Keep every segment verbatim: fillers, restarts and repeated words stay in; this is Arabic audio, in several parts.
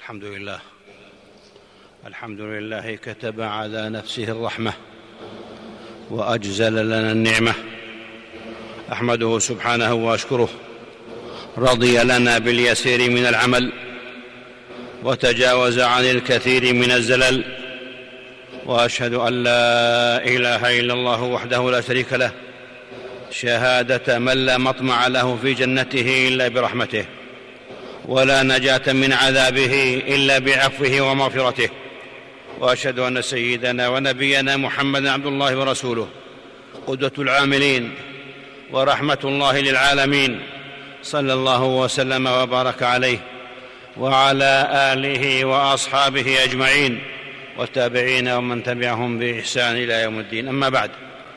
الحمد لله الحمد لله كتب على نفسه الرحمة وأجزل لنا النعمة. أحمده سبحانه وأشكره، رضي لنا باليسير من العمل وتجاوز عن الكثير من الزلل، وأشهد أن لا إله إلا الله وحده لا شريك له، شهادة من لا مطمع له في جنته إلا برحمته، ولا نجاة من عذابه إلا بعفوه ومغفرته. وأشهد أن سيدنا ونبينا محمدا عبد الله ورسوله، قدوة العاملين ورحمة الله للعالمين، صلى الله وسلم وبارك عليه وعلى آله وأصحابه أجمعين والتابعين ومن تبعهم بإحسان إلى يوم الدين. أما بعد،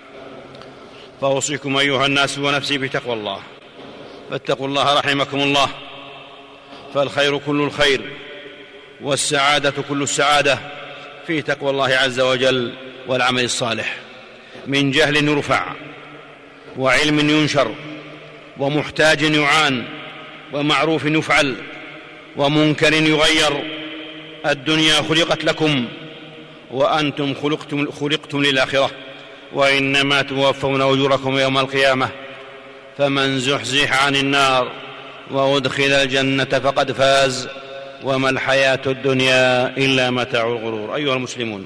فأوصيكم أيها الناس ونفسي بتقوى الله، فاتقوا الله رحمكم الله، فالخير كل الخير والسعادة كل السعادة في تقوى الله عز وجل والعمل الصالح. من جهل يرفع، وعلم ينشر، ومحتاج يعان، ومعروف يفعل، ومنكر يغير. الدنيا خلقت لكم وأنتم خلقتم, خلقتم للآخرة، وإنما توفون أجوركم يوم القيامة. فمن زحزح عن النار وأدخل الجنة فقد فاز، وما الحياة الدنيا إلا متاع الغرور. أيها المسلمون،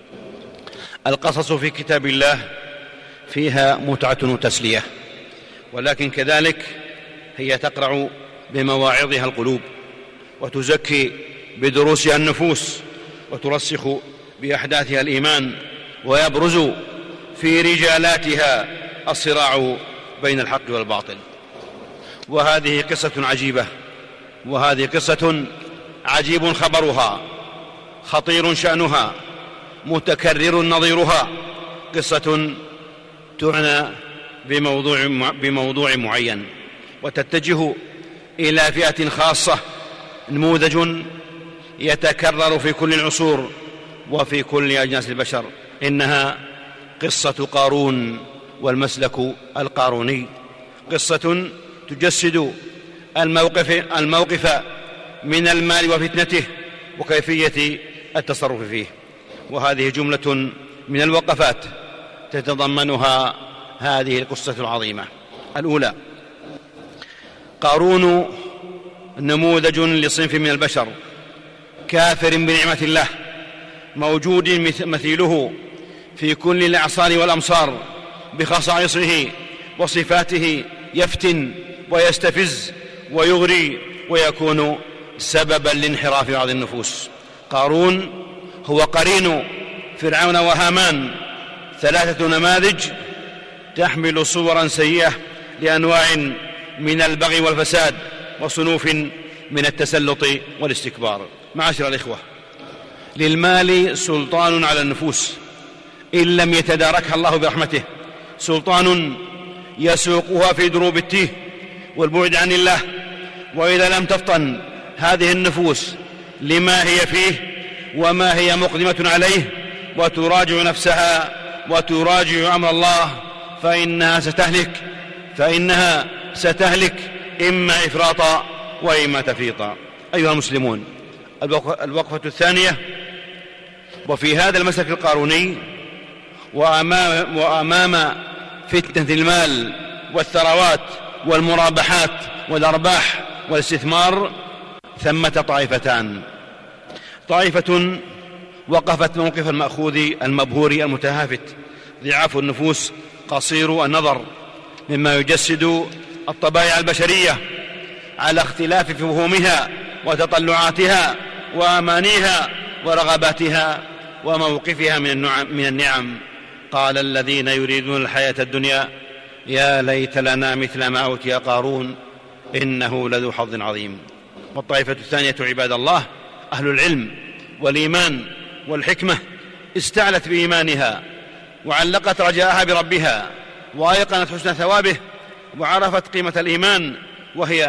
القصص في كتاب الله فيها متعة وتسلية، ولكن كذلك هي تقرع بمواعظها القلوب، وتزكي بدروسها النفوس، وترسخ بأحداثها الإيمان، ويبرز في رجالاتها الصراع بين الحق والباطل. وهذه قصة عجيبة، وهذه قصة عجيب خبرها، خطير شأنها، متكرر نظيرها. قصة تعنى بموضوع, بموضوع معين، وتتجه إلى فئة خاصة، نموذج يتكرر في كل العصور وفي كل أجناس البشر. إنها قصة قارون والمسلك القاروني، قصة تجسد الموقف, الموقف من المال وفتنته وكيفية التصرف فيه. وهذه جملة من الوقفات تتضمنها هذه القصة العظيمة. الأولى: قارون نموذج لصنف من البشر كافر بنعمة الله، موجود مثيله في كل الأعصار والأمصار، بخصائصه وصفاته يفتن ويستفز ويغري، ويكون سببا لانحراف بعض النفوس. قارون هو قرين فرعون وهامان، ثلاثة نماذج تحمل صورا سيئة لأنواع من البغي والفساد، وصنوف من التسلط والاستكبار. معاشر الإخوة، للمال سلطان على النفوس إن لم يتداركها الله برحمته، سلطان يسوقها في دروب التيه والبعد عن الله. وإذا لم تفطن هذه النفوس لما هي فيه وما هي مقدمة عليه، وتراجع نفسها وتراجع أمر الله، فإنها ستهلك فإنها ستهلك إما إفراطا وإما تفريطا. أيها المسلمون، الوقفة الثانية: وفي هذا المسلك القاروني وأمام, وأمام فتنة المال والثروات والمرابحات والأرباح والاستثمار، ثمة طائفتان: طائفة وقفت موقف المأخوذ المبهور المتهافت، ضعاف النفوس قصير النظر، مما يجسد الطبائع البشرية على اختلاف فهومها وتطلعاتها وأمانيها ورغباتها وموقفها من النعم. قال الذين يريدون الحياة الدنيا يا ليت لنا مثل ما أوتي قارون إنه لذو حظ عظيم. والطائفة الثانية عباد الله أهل العلم والإيمان والحكمة، استعلت بإيمانها وعلقت رجاءها بربها، وأيقنت حسن ثوابه، وعرفت قيمة الإيمان، وهي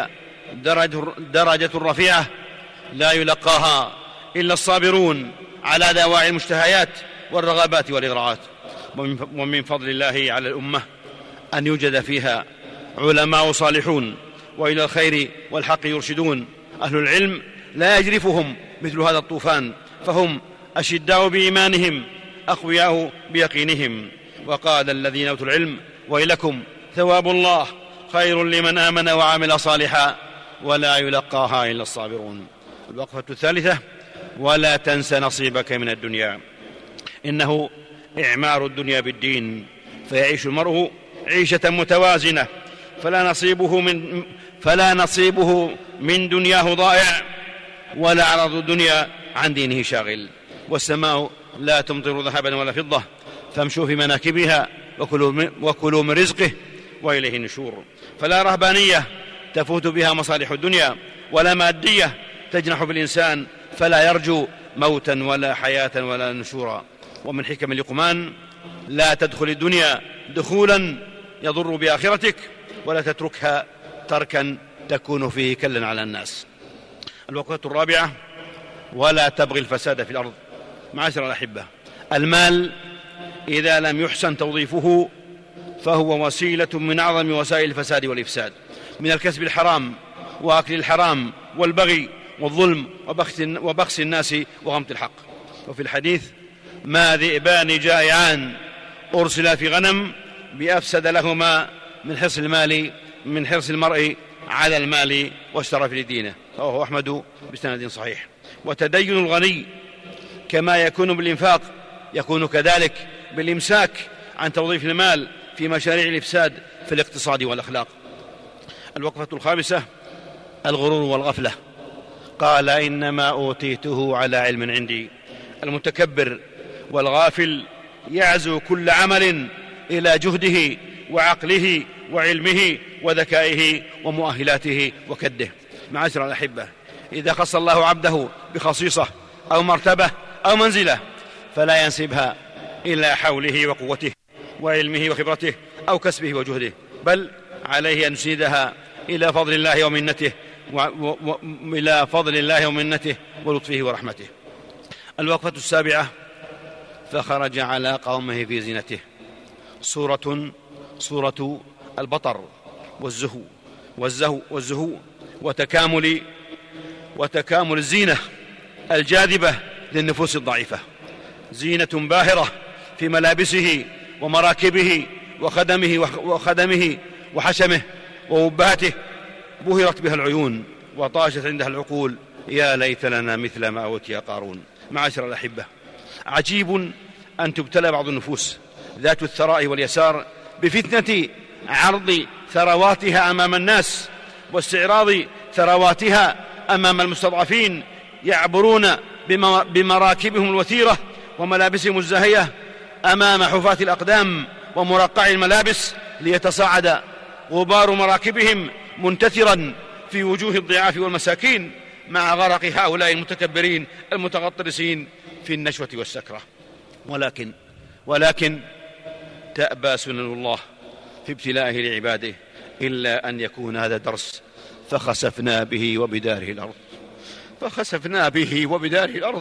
درجة رفيعة لا يلقاها إلا الصابرون على دواعي المشتهيات والرغبات والإغراءات. ومن فضل الله على الأمة أن يوجد فيها علماء صالحون وإلى الخير والحق يرشدون، أهل العلم لا يجرفهم مثل هذا الطوفان، فهم أشداء بإيمانهم أقوياء بيقينهم. وقال الذين أوتوا العلم ويلكم ثواب الله خير لمن آمن وعمل صالحا ولا يلقاها إلا الصابرون. الوقفة الثالثة: ولا تنس نصيبك من الدنيا، إنه إعمار الدنيا بالدين، فيعيش المرء عيشة متوازنة، فلا نصيبه من, فلا نصيبه من دنياه ضائع، ولا عرض الدنيا عن دينه شاغل. والسماء لا تمطر ذهبا ولا فضة، فامشوا في مناكبها وكلوا من رزقه وإليه النشور. فلا رهبانية تفوت بها مصالح الدنيا، ولا مادية تجنح بالإنسان فلا يرجو موتا ولا حياة ولا نشورا. ومن حكم لقمان: لا تدخل الدنيا دخولا يضر بآخرتك، ولا تتركها تركا تكون فيه كلا على الناس. الوقفة الرابعة: ولا تبغي الفساد في الأرض. معاشر الأحبة، المال إذا لم يحسن توظيفه فهو وسيلة من أعظم وسائل الفساد والإفساد، من الكسب الحرام وأكل الحرام والبغي والظلم وبخس الناس وغمط الحق. وفي الحديث: ما ذئبان جائعان أرسلا في غنم بأفسد لهما من حرص المال من حرص المرء على المال والشرف لدينه. رواه أحمد بسند صحيح. وتدين الغني كما يكون بالإنفاق يكون كذلك بالإمساك عن توظيف المال في مشاريع الإفساد في الاقتصاد والأخلاق. الوقفة الخامسة: الغرور والغفلة. قال: إنما أوتيته على علم عندي. المتكبر والغافل يعزو كل عمل إلى جهده وعقله وعلمه وذكائه ومؤهلاته وكده. معاشر الأحبة، إذا خص الله عبده بخصيصة أو مرتبة أو منزلة فلا ينسبها إلى حوله وقوته وعلمه وخبرته أو كسبه وجهده، بل عليه أن يسندها إلى فضل الله ومنته وإلى فضل الله ومنته ولطفه ورحمته. الوقفة السابعة: فخرج على قومه في زينته. سورة سورة البطر والزهو والزهو والزهو وتكامل وتكامل الزينة الجاذبة للنفوس الضعيفة. زينة باهرة في ملابسه ومراكبه وخدمه وخدمه وحشمه ووباته، بهرت بها العيون وطاشت عندها العقول. يا ليت لنا مثل ما أوتي قارون. معاشر الأحبة، عجيب أن تبتلى بعض النفوس ذات الثراء واليسار بفتنة عرض ثرواتها أمام الناس واستعراض ثرواتها أمام المستضعفين، يعبرون بمراكبهم الوثيرة وملابسهم الزاهية أمام حفاة الأقدام ومرقع الملابس ليتصاعد غبار مراكبهم منتثرا في وجوه الضعاف والمساكين، مع غرق هؤلاء المتكبرين المتغطرسين في النشوة والسكرة. ولكن ولكن تأبى سنن الله في ابتلائه لعباده إلا أن يكون هذا درس. فخسفنا به وبداره الأرض فخسفنا به وبداره الأرض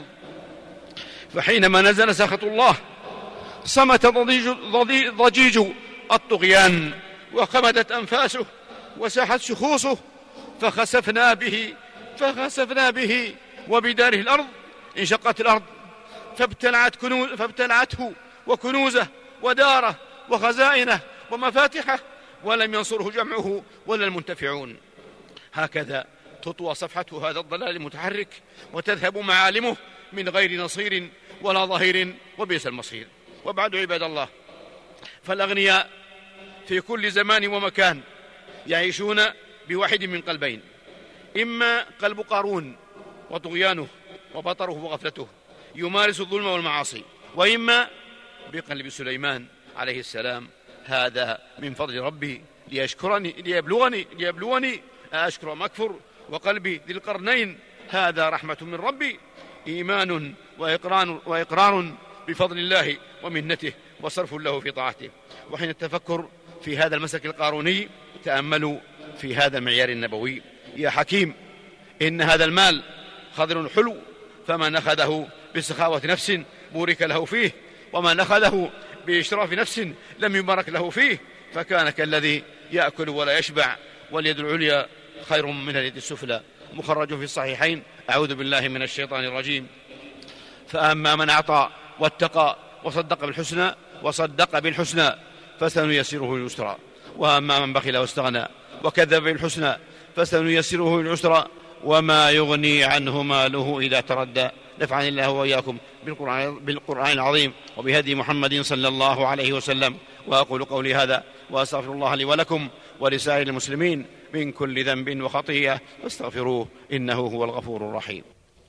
فحينما نزل سخط الله صمت ضجيج, ضجيج الطغيان وخمدت أنفاسه وساحت شخوصه. فخسفنا به فخسفنا به وبداره الأرض، انشقت الأرض فابتلعت كنوز فابتلعته وكنوزه وداره وخزائنه ومفاتحه، ولم ينصره جمعه ولا المنتفعون. هكذا تطوى صفحته هذا الضلال المتحرك وتذهب معالمه من غير نصير ولا ظهير، وبئس المصير. وبعد عباد الله، فالأغنياء في كل زمان ومكان يعيشون بواحد من قلبين: إما قلب قارون وطغيانه وبطره وغفلته يمارس الظلم والمعاصي، وإما بقلب سليمان عليه السلام: هذا من فضل ربي ليشكرني ليبلغني ليبلوني أشكر أم أكفر. وقلب ذي القرنين: هذا رحمة من ربي، إيمان وإقرار, وإقرار بفضل الله ومنته وصرف له في طاعته. وحين التفكر في هذا المسلك القاروني تأملوا في هذا المعيار النبوي: يا حكيم، إن هذا المال خضر حلو، فمن أخذه بسخاوة نفس بورك له فيه، ومن أخذه بإشراف نفس لم يبارك له فيه، فكان كالذي يأكل ولا يشبع، واليد العليا خير من اليد السفلى. مخرج في الصحيحين. أعوذ بالله من الشيطان الرجيم. فأما من أعطى واتقى وصدق بالحسنى وصدق بالحسنى فسنيسره لليسرى، وأما من بخل واستغنى وكذب بالحسنى فسنيسره للعسرى، وما يغني عنه ماله إذا تردى. نفعني الله وإياكم بالقرآن, بالقرآن العظيم وبهدي محمد صلى الله عليه وسلم. وأقول قولي هذا وأستغفر الله لي ولكم ولسائر المسلمين من كل ذنب وخطيئة فاستغفروه إنه هو الغفور الرحيم.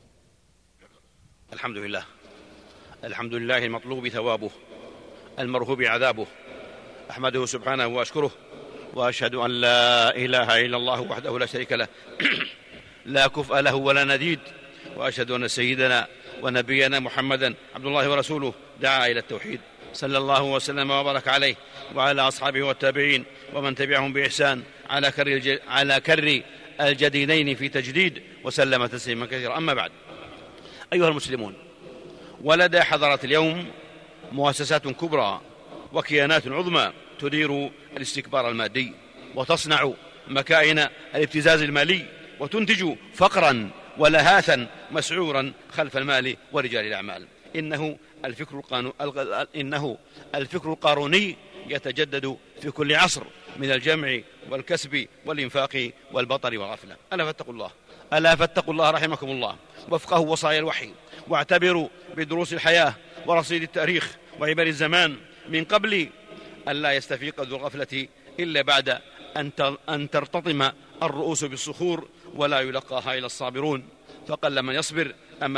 الحمد لله الحمد لله المطلوب ثوابه المرهوب عذابه، أحمده سبحانه وأشكره، وأشهد أن لا إله إلا الله وحده لا شريك له لا كفء له ولا نديد، وأشهد أن سيدنا ونبينا محمدا عبد الله ورسوله دعا إلى التوحيد، صلى الله وسلم وبارك عليه وعلى أصحابه والتابعين ومن تبعهم بإحسان على كر, الج... على كر الجديدين في تجديد، وسلم تسليما كثيرا. أما بعد، أيها المسلمون، ولدى حضرة اليوم مؤسسات كبرى وكيانات عظمى تدير الاستكبار المادي وتصنع مكائن الابتزاز المالي وتنتج فقرا ولهاثا مسعورا خلف المال ورجال الأعمال. إنه الفكر, القانو... إنه الفكر القاروني يتجدد في كل عصر من الجمع والكسب والإنفاق والبطر والغفلة. ألا فاتقوا الله ألا فاتقوا الله رحمكم الله، وافقهوا وصايا الوحي، واعتبروا بدروس الحياة ورصيد التاريخ وعبر الزمان من قبل أن لا يستفيق ذو الغفلة إلا بعد أن ترتطم الرؤوس بالصخور ولا يلقاها إلى الصابرون. فقل من يصبر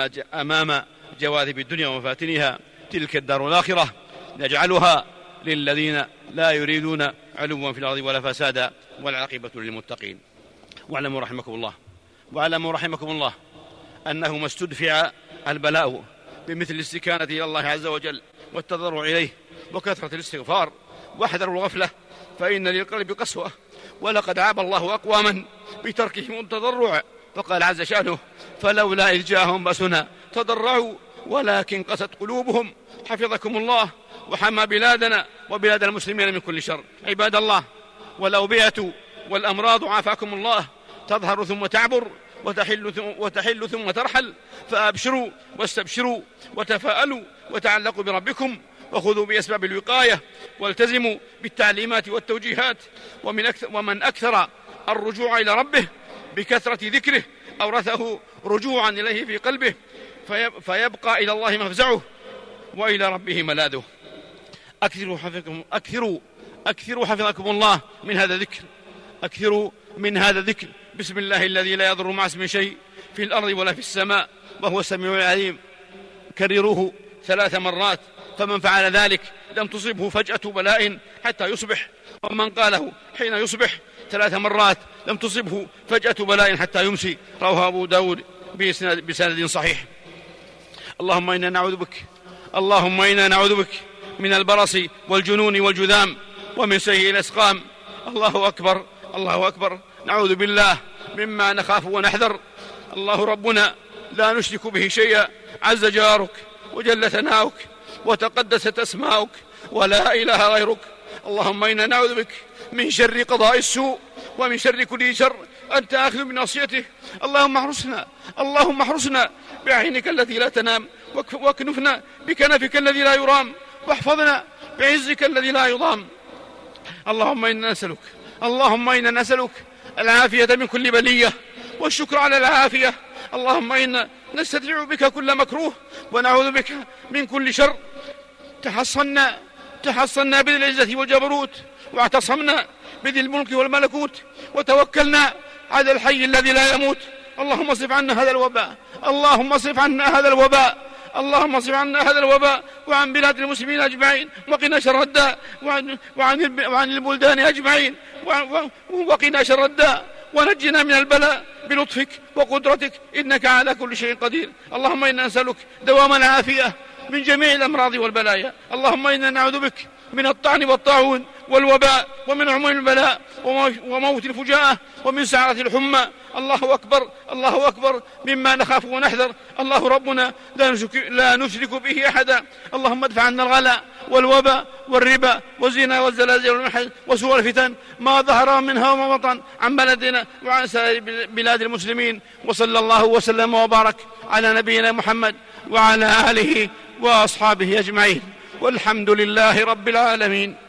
أمام جواذب الدنيا ومفاتنها. تلك الدار الآخرة نجعلها للذين لا يريدون علوا في الأرض ولا فسادا والعاقبة للمتقين. واعلموا رحمكم الله واعلموا رحمكم الله أنه ما استدفع البلاء بمثل الاستكانة إلى الله عز وجل والتضرع إليه وكثرة الاستغفار. واحذروا الغفلة فإن للقلب قسوة، ولقد عاب الله أقواما بتركهم التضرع، فقال عز شأنه: فلولا إذ جاءهم بأسنا تضرعوا ولكن قست قلوبهم. حفظكم الله وحمى بلادنا وبلاد المسلمين من كل شر. عباد الله، والأوبئة والأمراض عافاكم الله تظهر ثم تعبر وتحل ثم, وتحل ثم ترحل، فأبشروا واستبشروا وتفاءلوا وتعلقوا بربكم وخذوا بأسباب الوقاية والتزموا بالتعليمات والتوجيهات. ومن أكثر ومن أكثر الرجوع إلى ربه بكثرة ذكره أورثه رجوعا إليه في قلبه، فيبقى إلى الله مفزعه وإلى ربه ملاذه. أكثروا حفظكم أكثروا أكثروا حفظكم الله من هذا الذكر أكثروا من هذا الذكر. بسم الله الذي لا يضر مع اسمه شيء في الأرض ولا في السماء وهو السميع العليم. كرروه ثلاث مرات، فمن فعل ذلك لم تصبه فجأة بلاء حتى يصبح، ومن قاله حين يصبح ثلاث مرات لم تصبه فجأة بلاء حتى يمسي. رواه أبو داود بسند صحيح. اللهم إنا نعوذ بك اللهم إنا نعوذ بك من البرص والجنون والجذام ومن سيء الأسقام. الله أكبر الله أكبر. نعوذ بالله مما نخاف ونحذر. الله ربنا لا نشرك به شيئا، عز جارك وجل ثناؤك وتقدست أسماؤك ولا إله غيرك. اللهم إنا نعوذ بك من شر قضاء السوء ومن شر كل شر أنت آخذ بناصيته. اللهم احرسنا اللهم احرسنا بعينك التي لا تنام، واكنفنا بكنفك الذي لا يرام، واحفظنا بعزك الذي لا يضام. اللهم إنا نسألك اللهم إنا نسألك العافية من كل بلية والشكر على العافية. اللهم إنا نستدعي بك كل مكروه ونعوذ بك من كل شر. تحصنا تحصنا بذي العزة والجبروت، واعتصمنا بذي الملك والملكوت، وتوكلنا على الحي الذي لا يموت. اللهم اصرف عنا هذا الوباء اللهم اصرف عنا هذا الوباء اللهم اصرف عنا هذا الوباء وعن بلاد المسلمين أجمعين، وقنا شر الداء وعن, وعن, وعن البلدان أجمعين، وقنا شر الداء، ونجنا من البلاء بلطفك وقدرتك إنك على كل شيء قدير. اللهم إنا نسألك دوام العافية من جميع الأمراض والبلايا. اللهم إنا نعوذ بك من الطعن والطاعون والوباء، ومن عموم البلاء وموت الفجاءة، ومن سعرة الحمى. الله أكبر الله أكبر مما نخاف ونحذر. الله ربنا لا نشرك, لا نشرك به أحدا. اللهم ادفع عنا الغلاء والوباء والربا والزنا والزلازل والمحن وسوء الفتن ما ظهر منها وما بطن عن بلدنا وعن سائر بلاد المسلمين. وصلى الله وسلم وبارك على نبينا محمد وعلى آله وأصحابه أجمعين، والحمد لله رب العالمين.